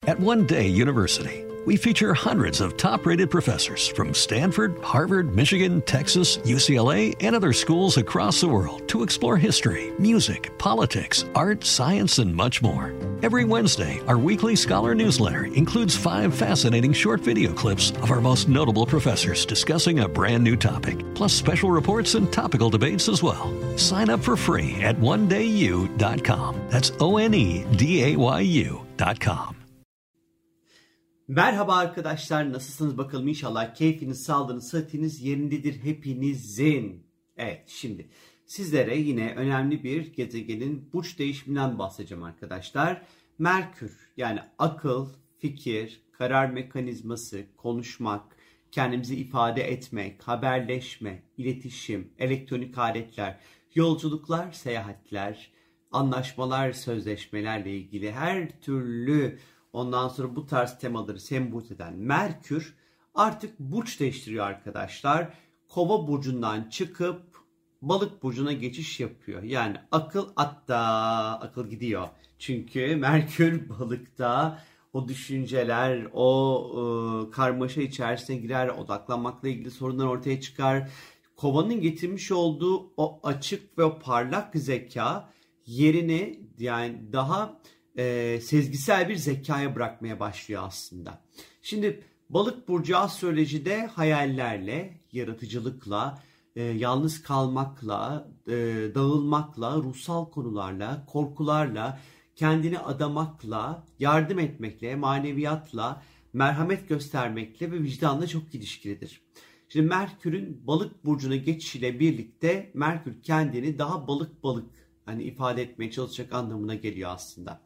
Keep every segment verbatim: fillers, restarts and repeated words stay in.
At One Day University, we feature hundreds of top-rated professors from Stanford, Harvard, Michigan, Texas, U C L A, and other schools across the world to explore history, music, politics, art, science, and much more. Every Wednesday, our weekly scholar newsletter includes five fascinating short video clips of our most notable professors discussing a brand new topic, plus special reports and topical debates as well. Sign up for free at one day u dot com. That's O N E D A Y U dot com. Merhaba arkadaşlar, nasılsınız bakalım? İnşallah keyfiniz, sağlığınız, sıhhatiniz yerindedir hepinizin. Evet, şimdi sizlere yine önemli bir gezegenin burç değişiminden bahsedeceğim arkadaşlar. Merkür, yani akıl, fikir, karar mekanizması, konuşmak, kendimizi ifade etmek, haberleşme, iletişim, elektronik aletler, yolculuklar, seyahatler, anlaşmalar, sözleşmelerle ilgili her türlü, ondan sonra bu tarz temaları sembolize eden Merkür artık burç değiştiriyor arkadaşlar. Kova burcundan çıkıp Balık burcuna geçiş yapıyor. Yani akıl hatta akıl gidiyor. Çünkü Merkür Balık'ta o düşünceler, o e, karmaşa içerisine girer, odaklanmakla ilgili sorunlar ortaya çıkar. Kovanın getirmiş olduğu o açık ve o parlak zeka yerini yani daha e, sezgisel bir zekaya bırakmaya başlıyor aslında. Şimdi Balık burcu astrolojide hayallerle, yaratıcılıkla, e, yalnız kalmakla, e, dağılmakla, ruhsal konularla, korkularla, kendini adamakla, yardım etmekle, maneviyatla, merhamet göstermekle ve vicdanla çok ilişkilidir. Şimdi Merkür'ün Balık burcuna geçişiyle birlikte Merkür kendini daha balık balık hani ifade etmeye çalışacak anlamına geliyor aslında.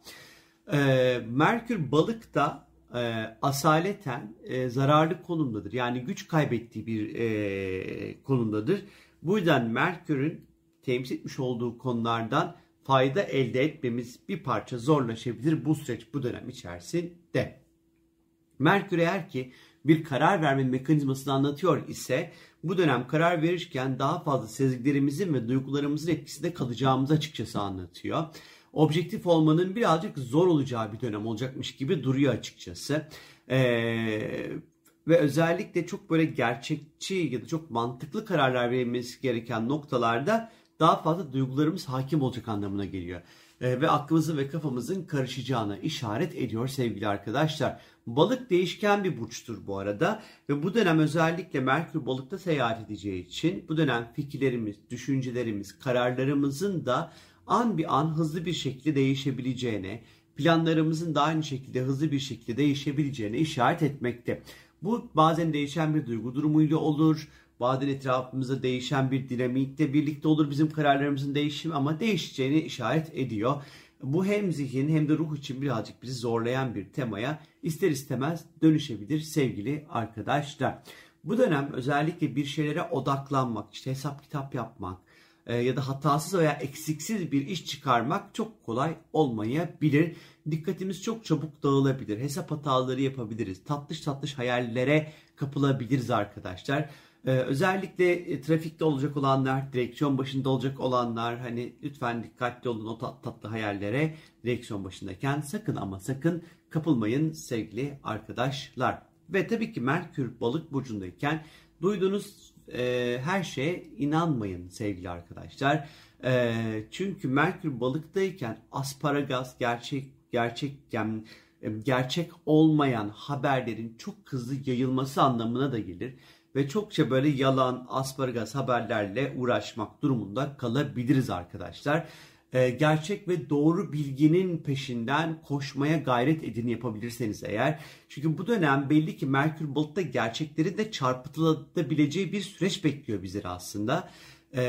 Ee, Merkür Balık'ta e, asaleten e, zararlı konumdadır. Yani güç kaybettiği bir e, konumdadır. Bu yüzden Merkür'ün temsil etmiş olduğu konulardan fayda elde etmemiz bir parça zorlaşabilir bu süreç, bu dönem içerisinde. Merkür eğer ki bir karar verme mekanizmasını anlatıyor ise bu dönem karar verirken daha fazla sezgilerimizin ve duygularımızın etkisinde kalacağımızı açıkçası anlatıyor. Objektif olmanın birazcık zor olacağı bir dönem olacakmış gibi duruyor açıkçası. Ee, ve özellikle çok böyle gerçekçi ya da çok mantıklı kararlar verilmesi gereken noktalarda daha fazla duygularımız hakim olacak anlamına geliyor. Ee, ve aklımızın ve kafamızın karışacağına işaret ediyor sevgili arkadaşlar. Balık değişken bir burçtur bu arada ve bu dönem özellikle Merkür Balık'ta seyahat edeceği için bu dönem fikirlerimiz, düşüncelerimiz, kararlarımızın da an bir an hızlı bir şekilde değişebileceğine, planlarımızın da aynı şekilde hızlı bir şekilde değişebileceğine işaret etmekte. Bu bazen değişen bir duygu durumuyla olur. Bazen etrafımızda değişen bir dinamikle birlikte olur bizim kararlarımızın değişimi ama değişeceğini işaret ediyor. Bu hem zihin hem de ruh için birazcık bizi zorlayan bir temaya ister istemez dönüşebilir sevgili arkadaşlar. Bu dönem özellikle bir şeylere odaklanmak, işte hesap kitap yapmak e, ya da hatasız veya eksiksiz bir iş çıkarmak çok kolay olmayabilir. Dikkatimiz çok çabuk dağılabilir. Hesap hataları yapabiliriz. Tatlış tatlış hayallere kapılabiliriz arkadaşlar. Ee, özellikle e, trafikte olacak olanlar, direksiyon başında olacak olanlar hani lütfen dikkatli olun o tat, tatlı hayallere direksiyon başındayken sakın ama sakın kapılmayın sevgili arkadaşlar. Ve tabii ki Merkür Balık burcundayken duyduğunuz e, her şeye inanmayın sevgili arkadaşlar. E, çünkü Merkür Balıktayken asparagas gerçek gerçek yani, gerçek olmayan haberlerin çok hızlı yayılması anlamına da gelir. Ve çokça böyle yalan, asparagas haberlerle uğraşmak durumunda kalabiliriz arkadaşlar. Ee, gerçek ve doğru bilginin peşinden koşmaya gayret edin yapabilirseniz eğer. Çünkü bu dönem belli ki Merkür Balık'ta gerçekleri de çarpıtılabileceği bir süreç bekliyor bizleri aslında. Ee,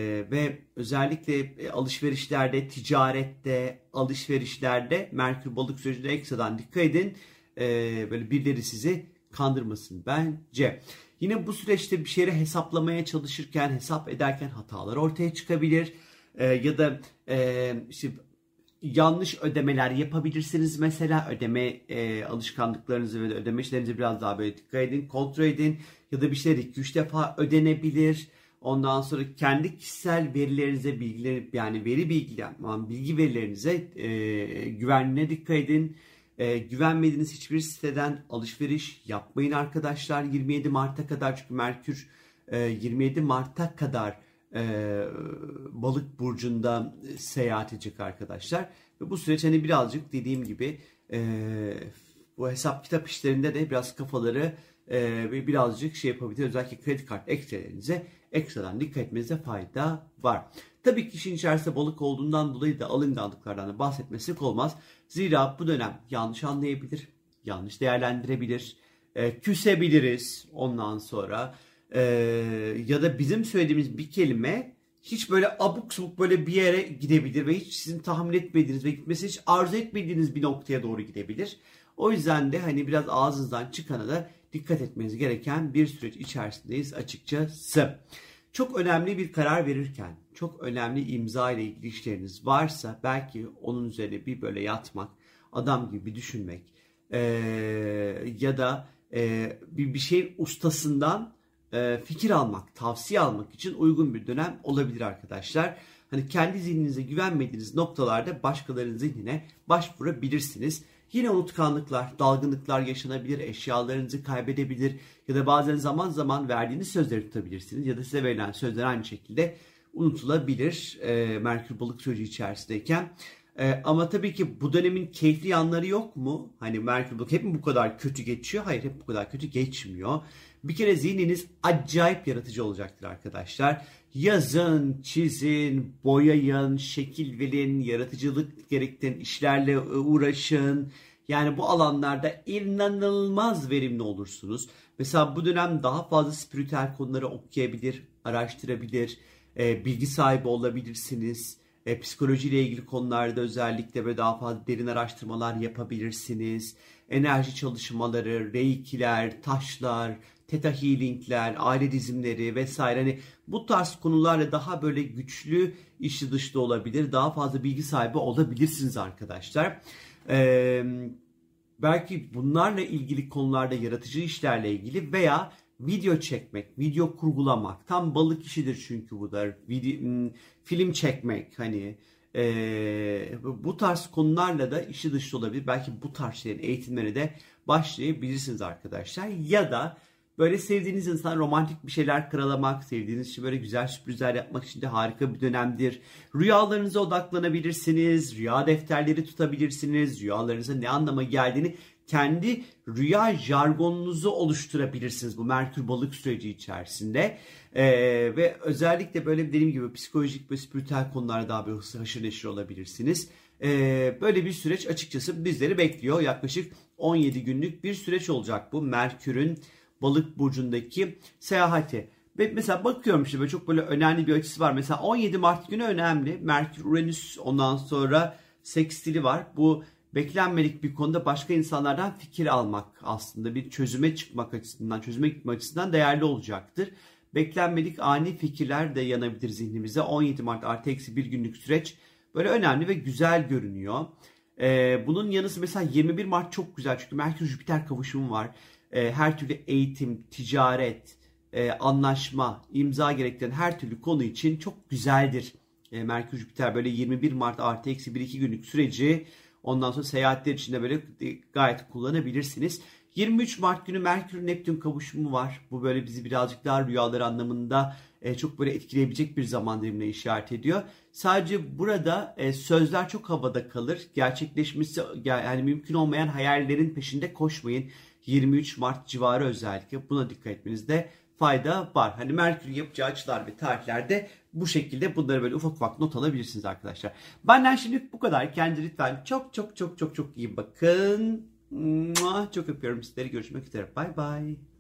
ve özellikle alışverişlerde, ticarette, alışverişlerde Merkür Balık sürecinde ekstradan dikkat edin. Ee, böyle birileri sizi kandırmasın bence. Yine bu süreçte bir şeyleri hesaplamaya çalışırken, hesap ederken hatalar ortaya çıkabilir. Ee, ya da e, işte yanlış ödemeler yapabilirsiniz. Mesela ödeme e, alışkanlıklarınızı ve ödeme işlerinize biraz daha böyle dikkat edin, kontrol edin. Ya da bir şeyler iki üç defa ödenebilir. Ondan sonra kendi kişisel verilerinize, bilgileri yani veri bilgi, bilgi verilerinize e, güvenliğine dikkat edin. E, güvenmediğiniz hiçbir siteden alışveriş yapmayın arkadaşlar yirmi yedi Mart'a kadar. Çünkü Merkür e, yirmi yedi Mart'a kadar e, Balık burcunda seyahat edecek arkadaşlar. Ve bu süreç hani birazcık dediğim gibi e, bu hesap kitap işlerinde de biraz kafaları e, birazcık şey yapabilir. Özellikle kredi kart ekstrelerinize ekstradan dikkat etmenize fayda var. Tabii ki işin içerisinde balık olduğundan dolayı da alınganlıklardan da bahsetmesek olmaz. Zira bu dönem yanlış anlayabilir, yanlış değerlendirebilir, e, küsebiliriz ondan sonra. E, ya da bizim söylediğimiz bir kelime hiç böyle abuk sabuk böyle bir yere gidebilir ve hiç sizin tahmin etmediğiniz ve gitmesi hiç arzu etmediğiniz bir noktaya doğru gidebilir. O yüzden de hani biraz ağzınızdan çıkana da dikkat etmeniz gereken bir süreç içerisindeyiz açıkçası. Çok önemli bir karar verirken, çok önemli imza ile ilgili işleriniz varsa belki onun üzerine bir böyle yatmak, adam gibi bir düşünmek ee, ya da e, bir, bir şeyin ustasından e, fikir almak, tavsiye almak için uygun bir dönem olabilir arkadaşlar. Hani kendi zihninize güvenmediğiniz noktalarda başkalarının zihnine başvurabilirsiniz. Yine unutkanlıklar, dalgınlıklar yaşanabilir, eşyalarınızı kaybedebilir ya da bazen zaman zaman verdiğiniz sözleri tutabilirsiniz ya da size verilen sözler aynı şekilde unutulabilir e, Merkür Balık süreci içerisindeyken. E, ama tabii ki bu dönemin keyifli yanları yok mu? Hani Merkür Balık hep mi bu kadar kötü geçiyor? Hayır, hep bu kadar kötü geçmiyor. Bir kere zihniniz acayip yaratıcı olacaktır arkadaşlar. Yazın, çizin, boyayın, şekil verin, yaratıcılık gerektiren işlerle uğraşın. Yani bu alanlarda inanılmaz verimli olursunuz. Mesela bu dönem daha fazla spiritüel konuları okuyabilir, araştırabilir, e, bilgi sahibi olabilirsiniz. E, psikolojiyle ilgili konularda özellikle böyle daha fazla derin araştırmalar yapabilirsiniz. Enerji çalışmaları, reikiler, taşlar, Theta Healing'ler, aile dizimleri vesaire, hani bu tarz konularla daha böyle güçlü içli dışlı olabilir. Daha fazla bilgi sahibi olabilirsiniz arkadaşlar. Ee, belki bunlarla ilgili konularda yaratıcı işlerle ilgili veya video çekmek, video kurgulamak. Tam balık işidir çünkü bu da. Video, film çekmek hani. Ee, bu tarz konularla da içli dışlı olabilir. Belki bu tarz şeylerin eğitimlerine de başlayabilirsiniz arkadaşlar. Ya da böyle sevdiğiniz insan romantik bir şeyler karalamak, sevdiğiniz için böyle güzel sürprizler yapmak için de harika bir dönemdir. Rüyalarınıza odaklanabilirsiniz, rüya defterleri tutabilirsiniz, rüyalarınıza ne anlama geldiğini kendi rüya jargonunuzu oluşturabilirsiniz bu Merkür Balık süreci içerisinde. Ee, ve özellikle böyle dediğim gibi psikolojik ve spiritüel konularda daha bir haşır neşir olabilirsiniz. Ee, böyle bir süreç açıkçası bizleri bekliyor. Yaklaşık on yedi günlük bir süreç olacak bu Merkür'ün Balık burcundaki seyahati. Ve mesela bakıyorum işte böyle çok böyle önemli bir açısı var. Mesela on yedi Mart günü önemli. Merkür Uranüs, ondan sonra sekstili var. Bu beklenmedik bir konuda başka insanlardan fikir almak, aslında bir çözüme çıkmak açısından, çözüme gitme açısından değerli olacaktır. Beklenmedik ani fikirler de yanabilir zihnimize. on yedi Mart artı eksi bir günlük süreç böyle önemli ve güzel görünüyor. Ee, bunun yanı sıra mesela yirmi bir Mart çok güzel çünkü Merkür Jüpiter kavuşumu var. Her türlü eğitim, ticaret, anlaşma, imza gerektiren her türlü konu için çok güzeldir. Merkür Jüpiter böyle yirmi bir Mart artı eksi bir iki günlük süreci, ondan sonra seyahatler için de böyle gayet kullanabilirsiniz. yirmi üç Mart günü Merkür Neptün kavuşumu var. Bu böyle bizi birazcık daha rüyalar anlamında çok böyle etkileyebilecek bir zaman dilimine işaret ediyor. Sadece burada sözler çok havada kalır. Gerçekleşmesi yani mümkün olmayan hayallerin peşinde koşmayın. yirmi üç Mart civarı özellikle buna dikkat etmenizde fayda var. Hani Merkür'ün yapacağı açılar ve tarihlerde bu şekilde bunları böyle ufak ufak not alabilirsiniz arkadaşlar. Benden şimdilik bu kadar. Kendinize lütfen çok çok çok çok çok iyi bakın. Çok öpüyorum sizleri. Görüşmek üzere. Bay bay.